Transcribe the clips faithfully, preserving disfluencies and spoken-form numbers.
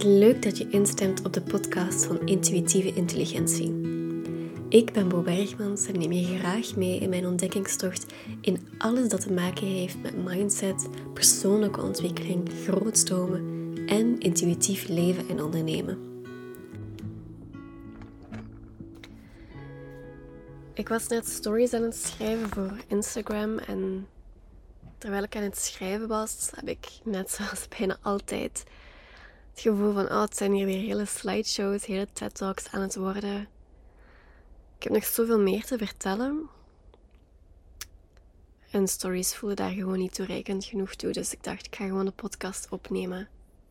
Leuk dat je instemt op de podcast van Intuïtieve Intelligentie. Ik ben Bo Bergmans en neem je graag mee in mijn ontdekkingstocht in alles dat te maken heeft met mindset, persoonlijke ontwikkeling, grootstromen en intuïtief leven en ondernemen. Ik was net stories aan het schrijven voor Instagram en terwijl ik aan het schrijven was, heb ik net zoals bijna altijd het gevoel van, oh, het zijn hier weer hele slideshows, hele TED-talks aan het worden. Ik heb nog zoveel meer te vertellen. En stories voelen daar gewoon niet toereikend genoeg toe. Dus ik dacht, ik ga gewoon de podcast opnemen.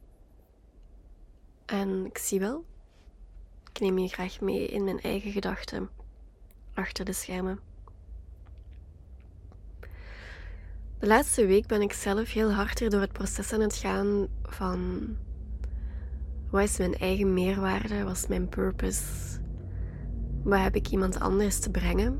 En ik zie wel, ik neem je graag mee in mijn eigen gedachten achter de schermen. De laatste week ben ik zelf heel hard door het proces aan het gaan van wat is mijn eigen meerwaarde, wat is mijn purpose, wat heb ik iemand anders te brengen.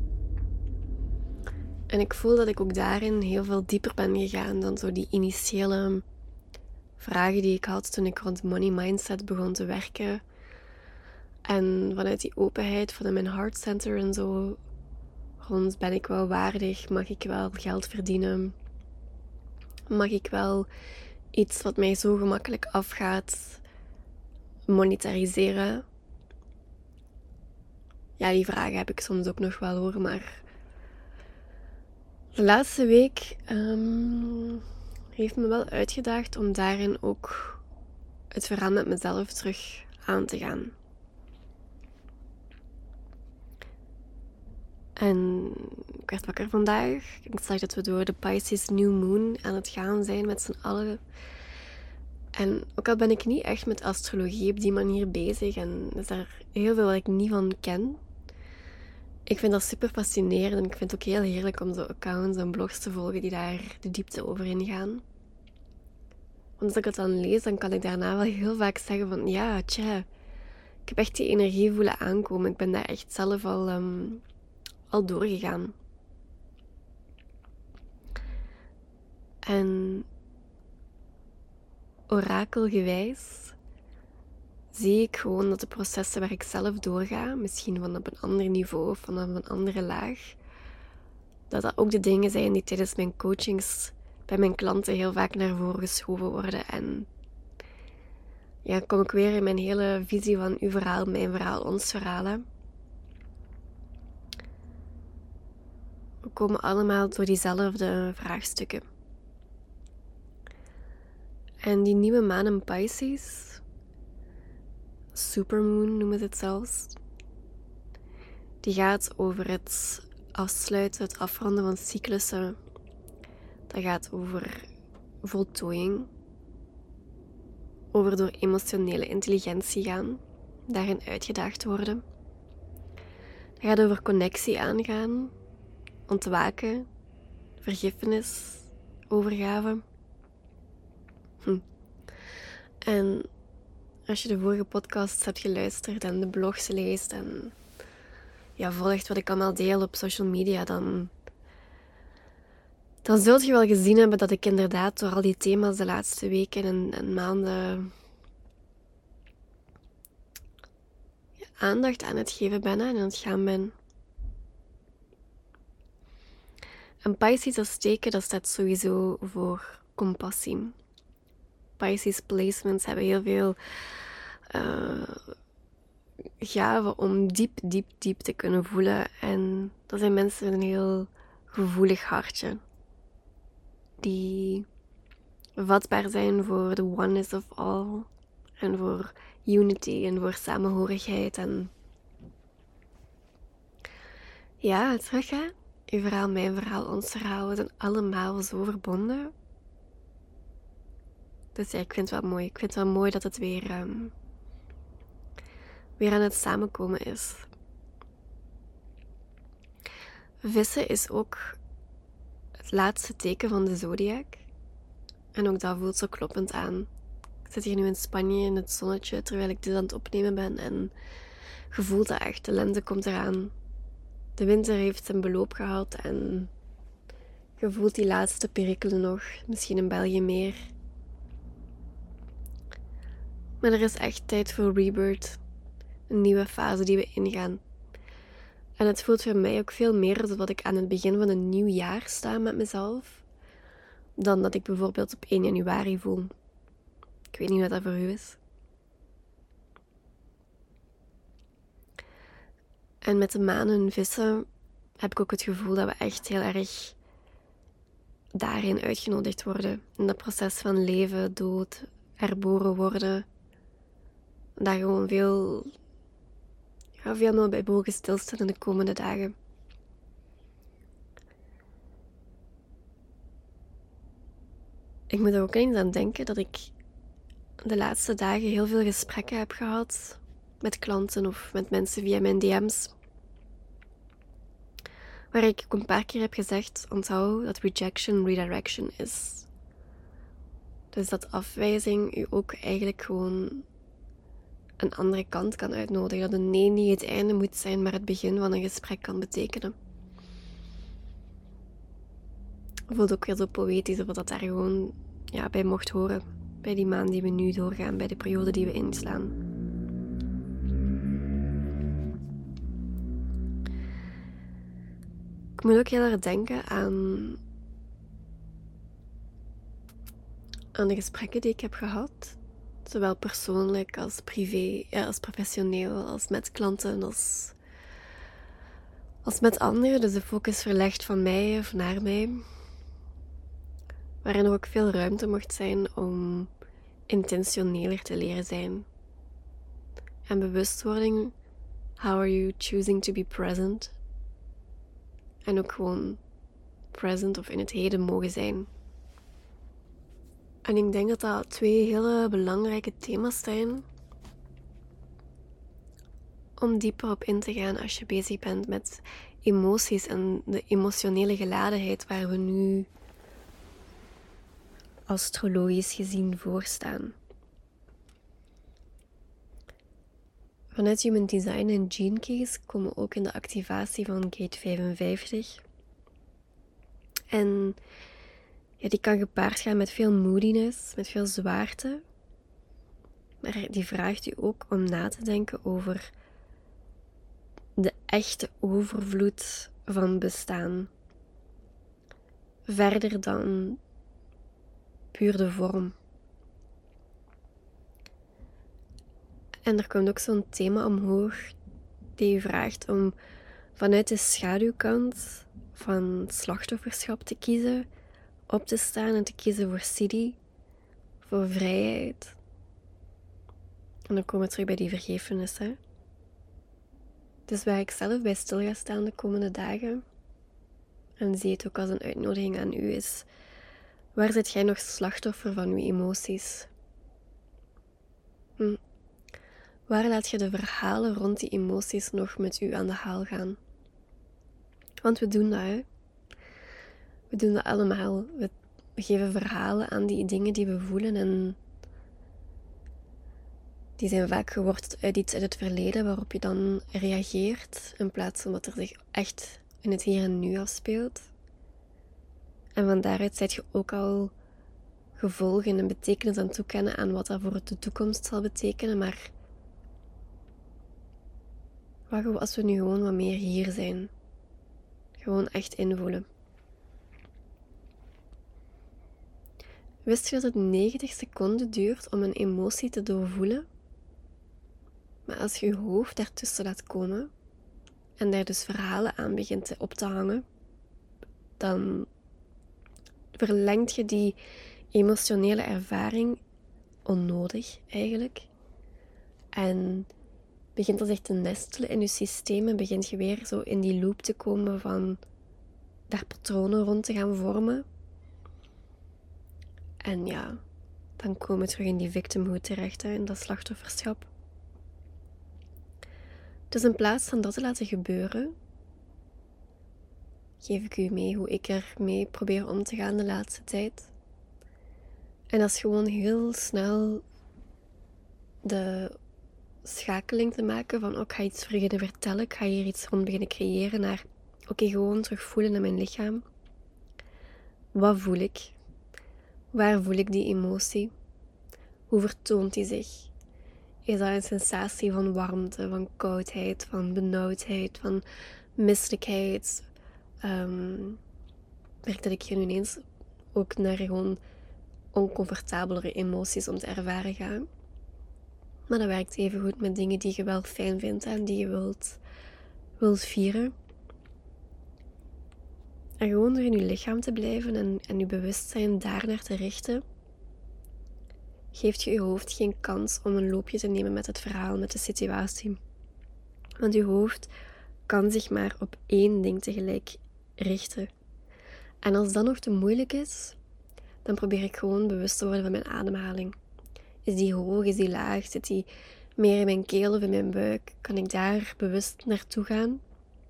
En ik voel dat ik ook daarin heel veel dieper ben gegaan dan zo die initiële vragen die ik had toen ik rond money mindset begon te werken. En vanuit die openheid, vanuit mijn heart center en zo, rond ben ik wel waardig, mag ik wel geld verdienen, mag ik wel iets wat mij zo gemakkelijk afgaat monetariseren. Ja, die vragen heb ik soms ook nog wel hoor, maar de laatste week um, heeft me wel uitgedaagd om daarin ook het verhaal met mezelf terug aan te gaan. En ik werd wakker vandaag. Ik zag dat we door de Pisces New Moon aan het gaan zijn met z'n allen. En ook al ben ik niet echt met astrologie op die manier bezig en is er heel veel wat ik niet van ken. Ik vind dat super fascinerend en ik vind het ook heel heerlijk om zo accounts en blogs te volgen die daar de diepte over ingaan. Want als ik het dan lees, dan kan ik daarna wel heel vaak zeggen van ja, tja, ik heb echt die energie voelen aankomen. Ik ben daar echt zelf al, um, al doorgegaan. En orakelgewijs zie ik gewoon dat de processen waar ik zelf doorga, misschien van op een ander niveau of vanaf een andere laag, dat dat ook de dingen zijn die tijdens mijn coachings bij mijn klanten heel vaak naar voren geschoven worden. En ja, kom ik weer in mijn hele visie van uw verhaal, mijn verhaal, ons verhaal. We komen allemaal door diezelfde vraagstukken. En die nieuwe maan in Pisces, supermoon noemen ze het zelfs, die gaat over het afsluiten, het afronden van cyclussen. Dat gaat over voltooiing, over door emotionele intelligentie gaan, daarin uitgedaagd worden. Dat gaat over connectie aangaan, ontwaken, vergiffenis, overgave. Hm. En als je de vorige podcasts hebt geluisterd en de blogs leest en ja, volgt wat ik allemaal deel op social media, dan, dan zult je wel gezien hebben dat ik inderdaad door al die thema's de laatste weken en, en maanden ja, aandacht aan het geven ben en aan het gaan ben. En Pisces als teken, dat staat sowieso voor compassie. Pisces placements hebben heel veel uh, gaven om diep, diep, diep te kunnen voelen. En dat zijn mensen met een heel gevoelig hartje. Die vatbaar zijn voor de oneness of all. En voor unity en voor samenhorigheid. En ja, terug hè. Uw verhaal, mijn verhaal, ons verhaal. We zijn allemaal zo verbonden. Dus ja, ik vind het wel mooi. Ik vind het wel mooi dat het weer, um, weer aan het samenkomen is. Vissen is ook het laatste teken van de zodiac. En ook dat voelt zo kloppend aan. Ik zit hier nu in Spanje in het zonnetje terwijl ik dit aan het opnemen ben. En je voelt dat echt. De lente komt eraan. De winter heeft zijn beloop gehad. En je voelt die laatste perikelen nog. Misschien in België meer. Maar er is echt tijd voor rebirth. Een nieuwe fase die we ingaan. En het voelt voor mij ook veel meer alsof ik aan het begin van een nieuw jaar sta met mezelf. Dan dat ik bijvoorbeeld op één januari voel. Ik weet niet wat dat voor u is. En met de maan en vissen heb ik ook het gevoel dat we echt heel erg daarin uitgenodigd worden. In dat proces van leven, dood, herboren worden. Daar gewoon veel, ja, veel meer bij mogen stilstaan in de komende dagen. Ik moet er ook eens aan denken dat ik de laatste dagen heel veel gesprekken heb gehad met klanten of met mensen via mijn D M's. Waar ik ook een paar keer heb gezegd, onthoud dat rejection redirection is. Dus dat afwijzing u ook eigenlijk gewoon een andere kant kan uitnodigen. Dat een nee niet het einde moet zijn, maar het begin van een gesprek kan betekenen. Voelt ook weer zo poëtisch, of dat daar gewoon ja, bij mocht horen. Bij die maan die we nu doorgaan, bij de periode die we inslaan. Ik moet ook heel erg denken aan, aan de gesprekken die ik heb gehad. Zowel persoonlijk als privé, ja, als professioneel, als met klanten, als, als met anderen. Dus de focus verlegd van mij of naar mij. Waarin er ook veel ruimte mocht zijn om intentioneler te leren zijn. En bewustwording, how are you choosing to be present? En ook gewoon present of in het heden mogen zijn. En ik denk dat dat twee hele belangrijke thema's zijn om dieper op in te gaan als je bezig bent met emoties en de emotionele geladenheid waar we nu astrologisch gezien voor staan. Vanuit Human Design en Gene Keys komen we ook in de activatie van Gate vijfenvijftig. En ja, die kan gepaard gaan met veel moodiness, met veel zwaarte. Maar die vraagt u ook om na te denken over de echte overvloed van bestaan. Verder dan puur de vorm. En er komt ook zo'n thema omhoog die u vraagt om vanuit de schaduwkant van slachtofferschap te kiezen, op te staan en te kiezen voor Siddhi, voor vrijheid. En dan komen we terug bij die vergevenis. Hè? Dus waar ik zelf bij stil ga staan de komende dagen, en zie het ook als een uitnodiging aan u, is: waar zit jij nog slachtoffer van uw emoties? Hm. Waar laat je de verhalen rond die emoties nog met u aan de haal gaan? Want we doen dat, hè. We doen dat allemaal. We geven verhalen aan die dingen die we voelen en die zijn vaak geworteld uit iets uit het verleden waarop je dan reageert in plaats van wat er zich echt in het hier en nu afspeelt. En van daaruit zet je ook al gevolgen en betekenis aan toekennen aan wat dat voor de toekomst zal betekenen, maar wat als we nu gewoon wat meer hier zijn. Gewoon echt invoelen. Wist je dat het negentig seconden duurt om een emotie te doorvoelen? Maar als je je hoofd daartussen laat komen en daar dus verhalen aan begint op te hangen, dan verlengt je die emotionele ervaring onnodig eigenlijk. En begint dat echt te nestelen in je systeem en begint je weer zo in die loop te komen van daar patronen rond te gaan vormen. En ja, dan komen we terug in die victimhood terecht, hè, in dat slachtofferschap. Dus in plaats van dat te laten gebeuren, geef ik u mee hoe ik ermee probeer om te gaan de laatste tijd. En dat is gewoon heel snel de schakeling te maken van oh, ik ga iets beginnen vertellen, ik ga hier iets rond beginnen creëren naar oké, okay, gewoon terug voelen naar mijn lichaam. Wat voel ik? Waar voel ik die emotie? Hoe vertoont die zich? is dat een sensatie van warmte, van koudheid, van benauwdheid, van misselijkheid. Um, ik merk dat ik hier nu ineens ook naar gewoon oncomfortabelere emoties om te ervaren ga. Maar dat werkt even goed met dingen die je wel fijn vindt en die je wilt, wilt vieren. En gewoon door in je lichaam te blijven en, en je bewustzijn daarnaar te richten, geeft je je hoofd geen kans om een loopje te nemen met het verhaal, met de situatie. Want je hoofd kan zich maar op één ding tegelijk richten. En als dat nog te moeilijk is, dan probeer ik gewoon bewust te worden van mijn ademhaling. Is die hoog, is die laag, zit die meer in mijn keel of in mijn buik? Kan ik daar bewust naartoe gaan?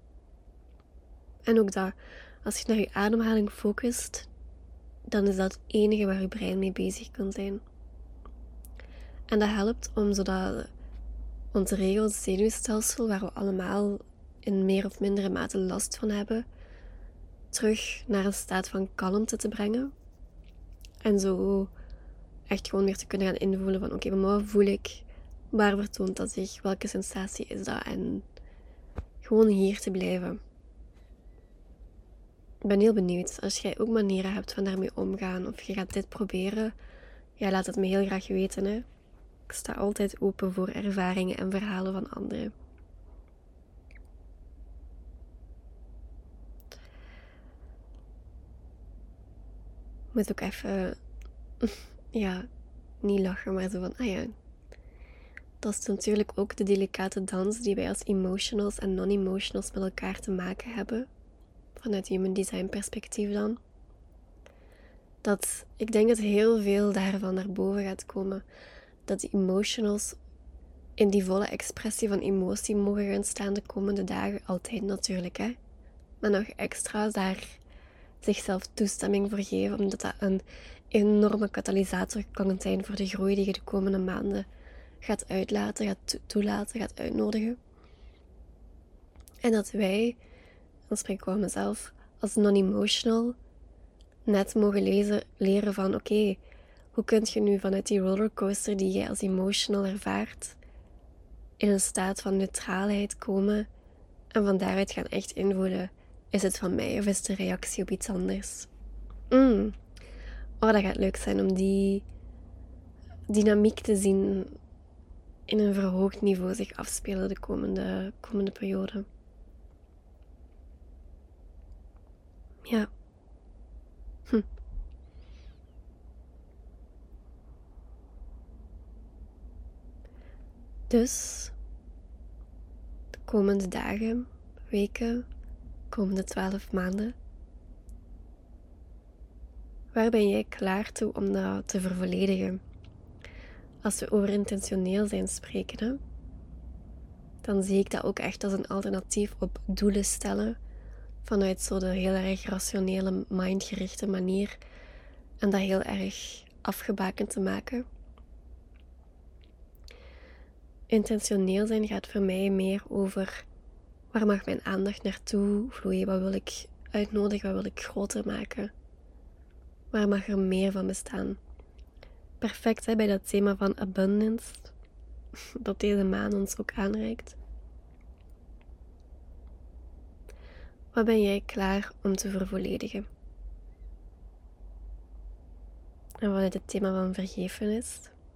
En ook dat, als je naar je ademhaling focust, dan is dat het enige waar je brein mee bezig kan zijn. En dat helpt om zodat ons regeld zenuwstelsel, waar we allemaal in meer of mindere mate last van hebben, terug naar een staat van kalmte te brengen. En zo echt gewoon weer te kunnen gaan invoelen van oké, okay, maar wat voel ik? Waar vertoont dat zich? Welke sensatie is dat? En gewoon hier te blijven. Ik ben heel benieuwd. Als jij ook manieren hebt van daarmee omgaan of je gaat dit proberen, ja, laat het me heel graag weten. Hè? Ik sta altijd open voor ervaringen en verhalen van anderen. Ik moet ook even, ja, niet lachen, maar zo van, ah ja. Dat is natuurlijk ook de delicate dans die wij als emotionals en non-emotionals met elkaar te maken hebben. Vanuit human design perspectief dan. Dat ik denk dat heel veel daarvan naar boven gaat komen. Dat de emotionals in die volle expressie van emotie mogen gaan staan de komende dagen. Altijd natuurlijk, hè. Maar nog extra's daar zichzelf toestemming voor geven. Omdat dat een enorme katalysator kan zijn voor de groei die je de komende maanden gaat uitlaten, gaat toelaten, gaat uitnodigen. En dat wij, dan spreek ik over mezelf, als non-emotional net mogen lezen, leren van oké, okay, hoe kun je nu vanuit die rollercoaster die jij als emotional ervaart, in een staat van neutraalheid komen en van daaruit gaan echt invoelen, is het van mij of is het een reactie op iets anders? Mm. Oh, dat gaat leuk zijn om die dynamiek te zien in een verhoogd niveau zich afspelen de komende, komende periode. Ja. Hm. Dus de komende dagen, weken, komende twaalf maanden, waar ben jij klaar toe om dat te vervolledigen? Als we over intentioneel zijn spreken, hè, dan zie ik dat ook echt als een alternatief op doelen stellen vanuit zo de heel erg rationele, mindgerichte manier en dat heel erg afgebakend te maken. Intentioneel zijn gaat voor mij meer over waar mag mijn aandacht naartoe vloeien, wat wil ik uitnodigen, wat wil ik groter maken, waar mag er meer van bestaan. Perfect hè, bij dat thema van abundance dat deze maan ons ook aanreikt. Wat ben jij klaar om te vervolledigen? En vanuit het thema van vergevenis.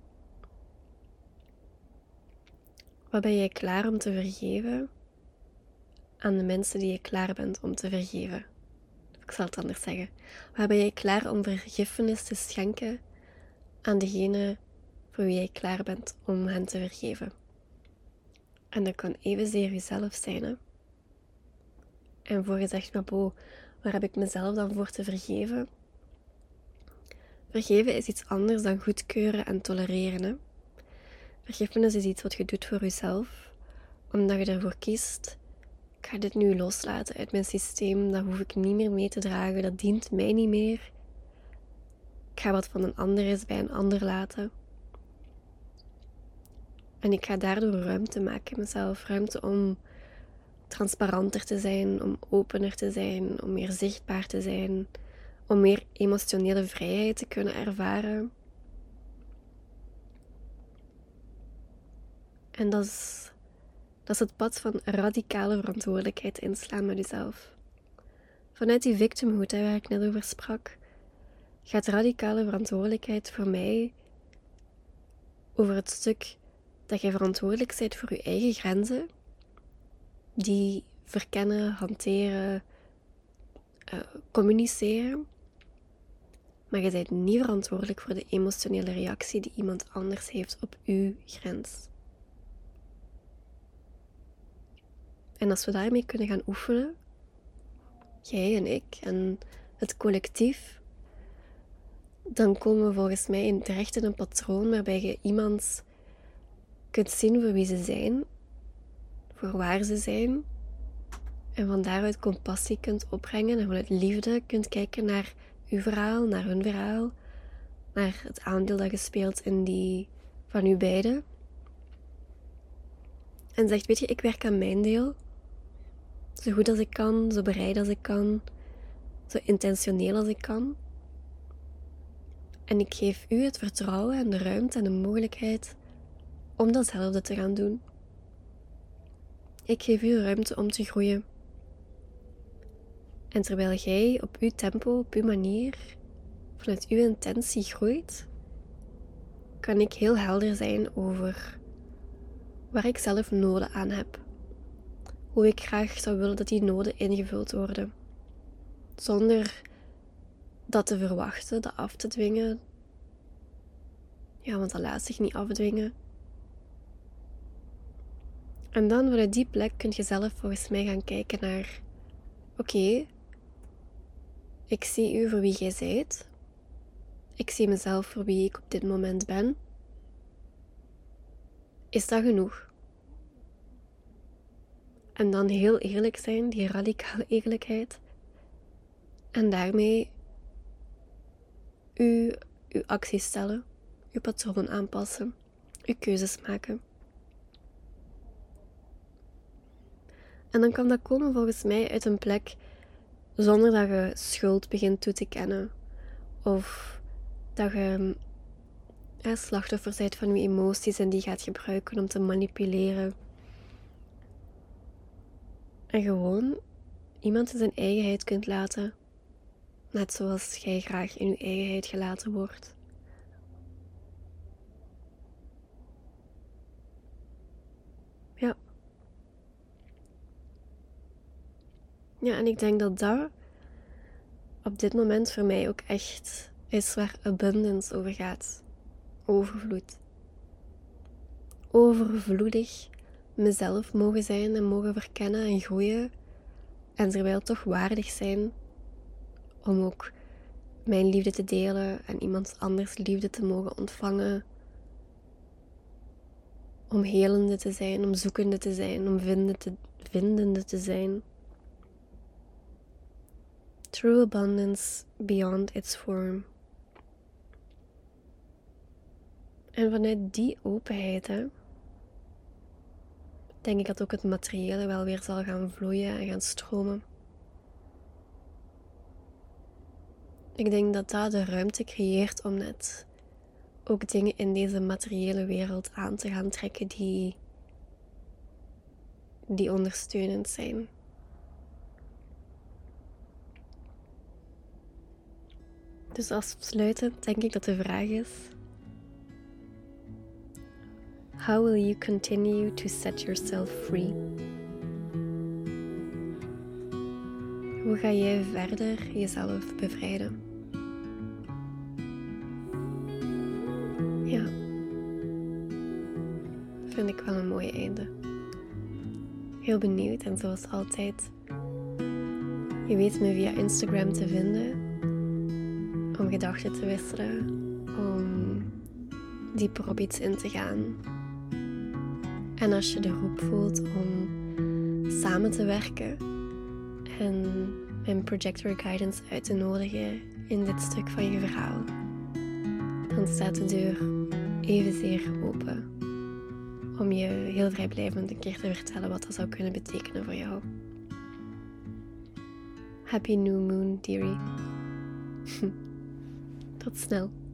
Wat ben jij klaar om te vergeven aan de mensen die je klaar bent om te vergeven? Ik zal het anders zeggen. Waar ben jij klaar om vergiffenis te schenken aan degene voor wie jij klaar bent om hen te vergeven? En dat kan evenzeer jezelf zijn, hè? En voor je zegt, maar bo, waar heb ik mezelf dan voor te vergeven? Vergeven is iets anders dan goedkeuren en tolereren, hè? Vergiffenis is iets wat je doet voor jezelf, omdat je ervoor kiest, ik ga dit nu loslaten uit mijn systeem, dat hoef ik niet meer mee te dragen, dat dient mij niet meer. Ik ga wat van een ander is bij een ander laten. En ik ga daardoor ruimte maken in mezelf, ruimte om transparanter te zijn, om opener te zijn, om meer zichtbaar te zijn, om meer emotionele vrijheid te kunnen ervaren. En dat is, dat is het pad van radicale verantwoordelijkheid inslaan met jezelf. Vanuit die victimhood waar ik net over sprak, gaat radicale verantwoordelijkheid voor mij over het stuk dat je verantwoordelijk bent voor je eigen grenzen, die verkennen, hanteren, uh, communiceren. Maar je bent niet verantwoordelijk voor de emotionele reactie die iemand anders heeft op uw grens. En als we daarmee kunnen gaan oefenen, jij en ik en het collectief, dan komen we volgens mij in terecht in een patroon waarbij je iemand kunt zien voor wie ze zijn, voor waar ze zijn, en van daaruit compassie kunt opbrengen en vanuit liefde kunt kijken naar uw verhaal, naar hun verhaal, naar het aandeel dat je speelt in die van u beiden. En zegt, weet je, ik werk aan mijn deel, zo goed als ik kan, zo bereid als ik kan, zo intentioneel als ik kan. En ik geef u het vertrouwen en de ruimte en de mogelijkheid om datzelfde te gaan doen. Ik geef u de ruimte om te groeien. En terwijl jij op uw tempo, op uw manier, vanuit uw intentie groeit, kan ik heel helder zijn over waar ik zelf noden aan heb. Hoe ik graag zou willen dat die noden ingevuld worden. Zonder dat te verwachten, dat af te dwingen. Ja, want dat laat zich niet afdwingen. En dan vanuit die plek kun je zelf volgens mij gaan kijken naar... Oké, okay, ik zie u voor wie jij bent. Ik zie mezelf voor wie ik op dit moment ben. Is dat genoeg? En dan heel eerlijk zijn, die radicale eerlijkheid. En daarmee u, uw acties stellen, uw patronen aanpassen, uw keuzes maken. En dan kan dat komen volgens mij uit een plek zonder dat je schuld begint toe te kennen. Of dat je ja, slachtoffer bent van je emoties en die gaat gebruiken om te manipuleren. En gewoon iemand in zijn eigenheid kunt laten. Net zoals jij graag in je eigenheid gelaten wordt. Ja. Ja, en ik denk dat dat op dit moment voor mij ook echt is waar abundance over gaat. Overvloed. Overvloedig mezelf mogen zijn en mogen verkennen en groeien. En terwijl toch waardig zijn om ook mijn liefde te delen en iemand anders liefde te mogen ontvangen. Om helende te zijn, om zoekende te zijn, om vindende te, vindende te zijn. True abundance beyond its form. En vanuit die openheid, hè, denk ik dat ook het materiële wel weer zal gaan vloeien en gaan stromen. Ik denk dat dat de ruimte creëert om net ook dingen in deze materiële wereld aan te gaan trekken die, die ondersteunend zijn. Dus afsluitend denk ik dat de vraag is: how will you continue to set yourself free? Hoe ga jij verder jezelf bevrijden? Ja, vind ik wel een mooi einde. Heel benieuwd en zoals altijd, je weet me via Instagram te vinden. Om gedachten te wisselen, om dieper op iets in te gaan. En als je de roep voelt om samen te werken en mijn projector guidance uit te nodigen in dit stuk van je verhaal, dan staat de deur evenzeer open om je heel vrijblijvend een keer te vertellen wat dat zou kunnen betekenen voor jou. Happy New Moon, dearie. Tot snel.